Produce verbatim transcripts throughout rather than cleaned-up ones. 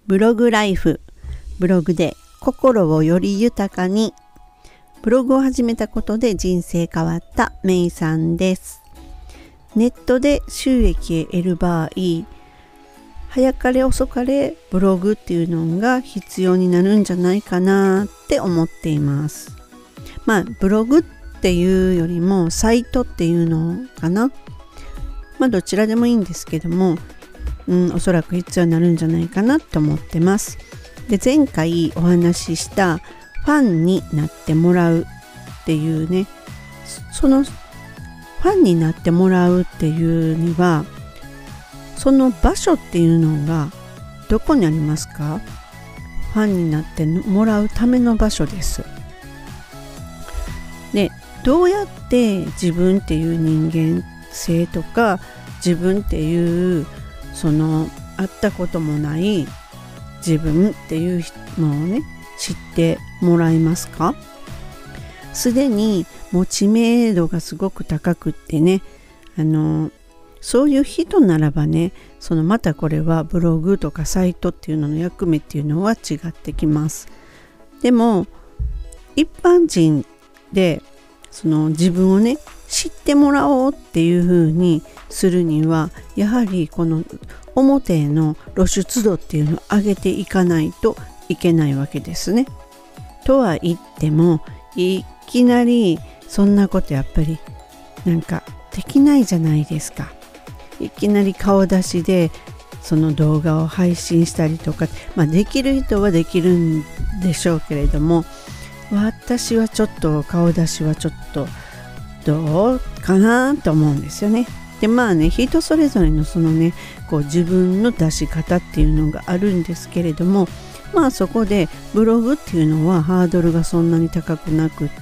ブログライフ、ブログで心をより豊かに。ブログを始めたことで人生変わったメイさんです。ネットで収益を得る場合、早かれ遅かれブログっていうのが必要になるんじゃないかなって思っています。まあブログっていうよりもサイトっていうのかな。まあどちらでもいいんですけども、うん、おそらく必要になるんじゃないかなと思ってます。で、前回お話ししたファンになってもらうっていうね、そのファンになってもらうっていうには、その場所っていうのがどこにありますか？ファンになってもらうための場所です。で、どうやって自分っていう人間性とか、自分っていうその会ったこともない自分っていうのをね、知ってもらえますか？すでにもう知名度がすごく高くってね、あのそういう人ならばね、そのまたこれはブログとかサイトっていうのの役目っていうのは違ってきます。でも一般人でその自分をね知ってもらおうっていう風にするには、やはりこの表への露出度っていうのを上げていかないといけないわけですね。とは言っても、いきなりそんなことやっぱりなんかできないじゃないですか。いきなり顔出しでその動画を配信したりとか、まあできる人はできるんでしょうけれども、私はちょっと顔出しはちょっとどうかなと思うんですよね。で、まあね、人それぞれのそのね、こう自分の出し方っていうのがあるんですけれども、まあそこでブログっていうのはハードルがそんなに高くなくって、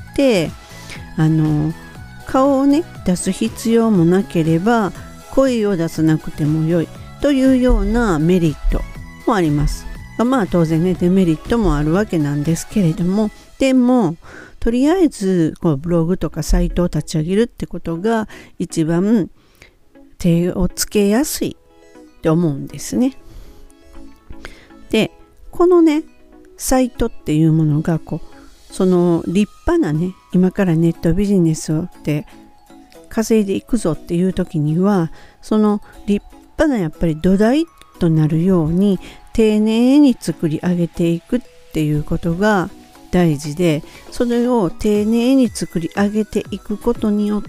あの顔をね出す必要もなければ声を出さなくても良いというようなメリットもあります。まあ当然ねデメリットもあるわけなんですけれども、でもとりあえずこうブログとかサイトを立ち上げるってことが一番手をつけやすいって思うんですね。で、このねサイトっていうものがこうその立派なね、今からネットビジネスをで稼いでいくぞっていう時には、その立派なやっぱり土台となるように丁寧に作り上げていくっていうことが大事で、それを丁寧に作り上げていくことによって、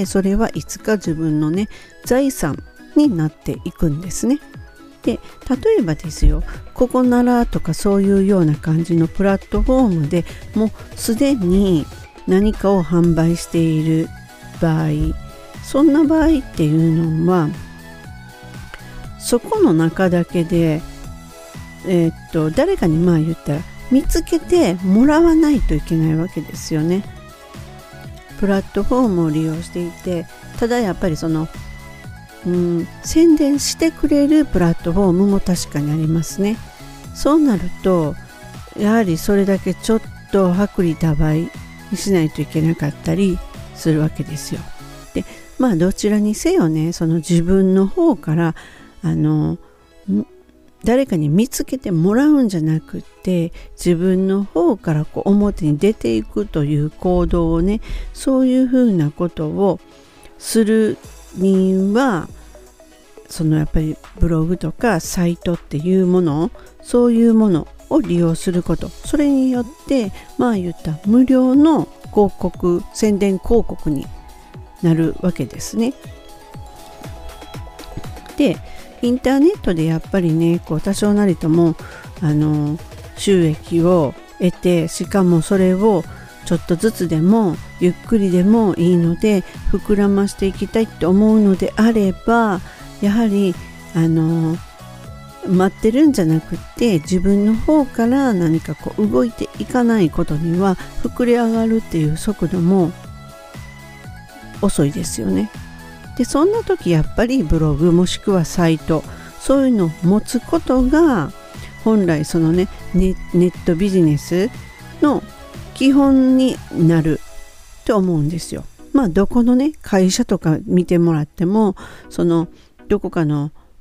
それはいつか自分のね財産になっていくんですね。で、例えばですよ、ここならとかそういうような感じのプラットフォームでもうすでに何かを販売している場合、そんな場合っていうのはそこの中だけでえー、っと誰かにまあ言ったら見つけてもらわないといけないわけですよね。プラットフォームを利用していて、ただやっぱりそのうん宣伝してくれるプラットフォームも確かにありますね。そうなるとやはりそれだけちょっと薄利多売にしないといけなかったりするわけですよ。で、まあどちらにせよね、その自分の方からあの誰かに見つけてもらうんじゃなくって、自分の方からこう表に出ていくという行動をね、そういうふうなことをするには、そのやっぱりブログとかサイトっていうもの、そういうものを利用すること、それによってまあ言った無料の広告、宣伝広告になるわけですね。で、インターネットでやっぱりね、こう多少なりともあの収益を得て、しかもそれをちょっとずつでもゆっくりでもいいので膨らましていきたいと思うのであれば、やはりあの待ってるんじゃなくって自分の方から何かこう動いていかないことには膨れ上がるっていう速度も遅いですよね。で、そんな時やっぱりブログもしくはサイト、そういうのを持つことが本来そのね ネ, ネットビジネスの基本になると思うんですよ。まあどこのね会社とか見てもらっても、そのどこかの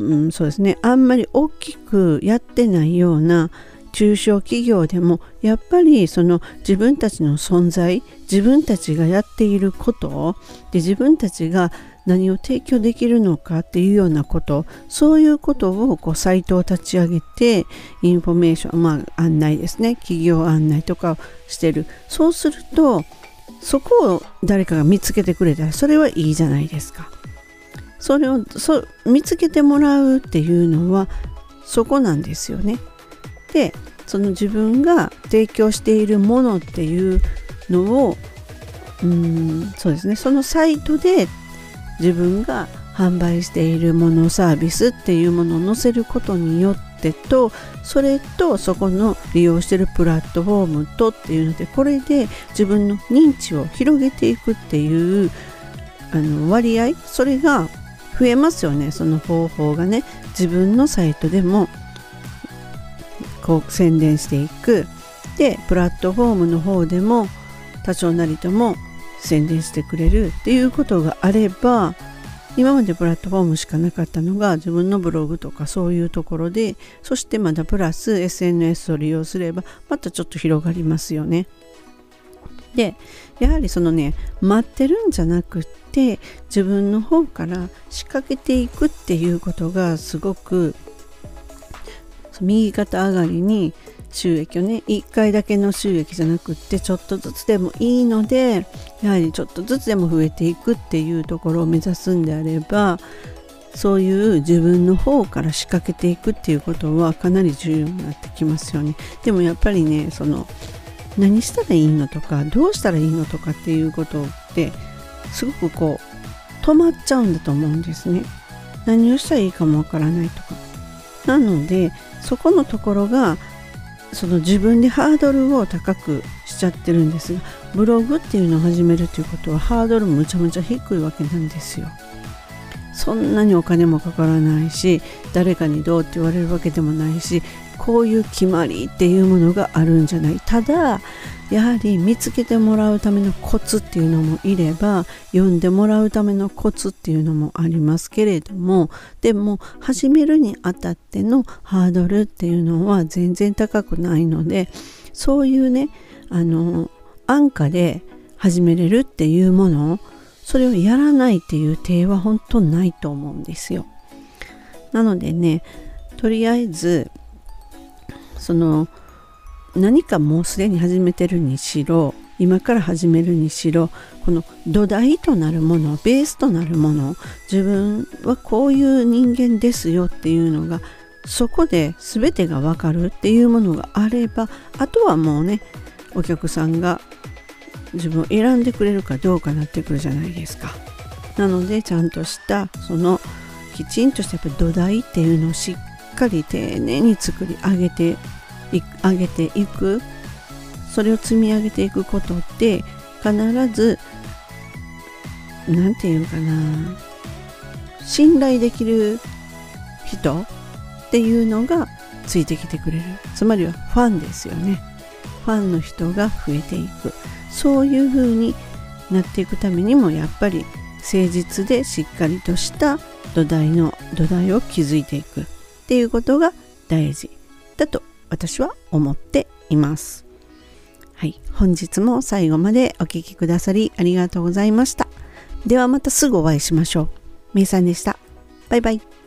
うん、そうですね、あんまり大きくやってないような中小企業でもやっぱりその自分たちの存在、自分たちがやっていることで自分たちが何を提供できるのかっていうようなこと、そういうことをこうサイトを立ち上げてインフォメーション、まあ案内ですね、企業案内とかをしてる。そうするとそこを誰かが見つけてくれたらそれはいいじゃないですか。それをそ見つけてもらうっていうのはそこなんですよね。で、その自分が提供しているものっていうのをうーんそうですね、そのサイトで自分が販売しているものサービスっていうものを載せることによってと、それとそこの利用しているプラットフォームとっていうので、これで自分の認知を広げていくっていうあの割合、それが増えますよね。その方法がね、自分のサイトでもこう宣伝していく、でプラットフォームの方でも多少なりとも宣伝してくれるっていうことがあれば、今までプラットフォームしかなかったのが自分のブログとかそういうところで、そしてまたプラス エスエヌエス を利用すればまたちょっと広がりますよね。で、やはりそのね、待ってるんじゃなくって自分の方から仕掛けていくっていうことがすごく右肩上がりに収益をね、いっかいだけの収益じゃなくってちょっとずつでもいいので、やはりちょっとずつでも増えていくっていうところを目指すんであれば、そういう自分の方から仕掛けていくっていうことはかなり重要になってきますよね。でもやっぱりね、その何したらいいのとかどうしたらいいのとかっていうことってすごくこう止まっちゃうんだと思うんですね。何をしたらいいかもわからないとか。なのでそこのところがその自分でハードルを高くしちゃってるんですが、ブログっていうのを始めるということはハードルむちゃむちゃ低いわけなんですよ。そんなにお金もかからないし、誰かにどうって言われるわけでもないし、こういう決まりっていうものがあるんじゃない。ただやはり見つけてもらうためのコツっていうのもいれば、読んでもらうためのコツっていうのもありますけれども、でも始めるにあたってのハードルっていうのは全然高くないので、そういうね、あの安価で始めれるっていうもの、それをやらないっていう手は本当ないと思うんですよ。なのでね、とりあえずその何かもうすでに始めてるにしろ、今から始めるにしろ、この土台となるもの、ベースとなるもの、自分はこういう人間ですよっていうのがそこで全てが分かるっていうものがあれば、あとはもうね、お客さんが自分を選んでくれるかどうかなってくるじゃないですか。なのでちゃんとしたそのきちんとしたやっぱ土台っていうのをしっかり丁寧に作り上げてい上げていく、それを積み上げていくことって必ずなんていうかな、信頼できる人っていうのがついてきてくれる、つまりはファンですよね。ファンの人が増えていく、そういう風になっていくためにもやっぱり誠実でしっかりとした土台の土台を築いていくっていうことが大事だと私は思っています。はい、本日も最後までお聞きくださりありがとうございました。ではまたすぐお会いしましょう。めいさんでした。バイバイ。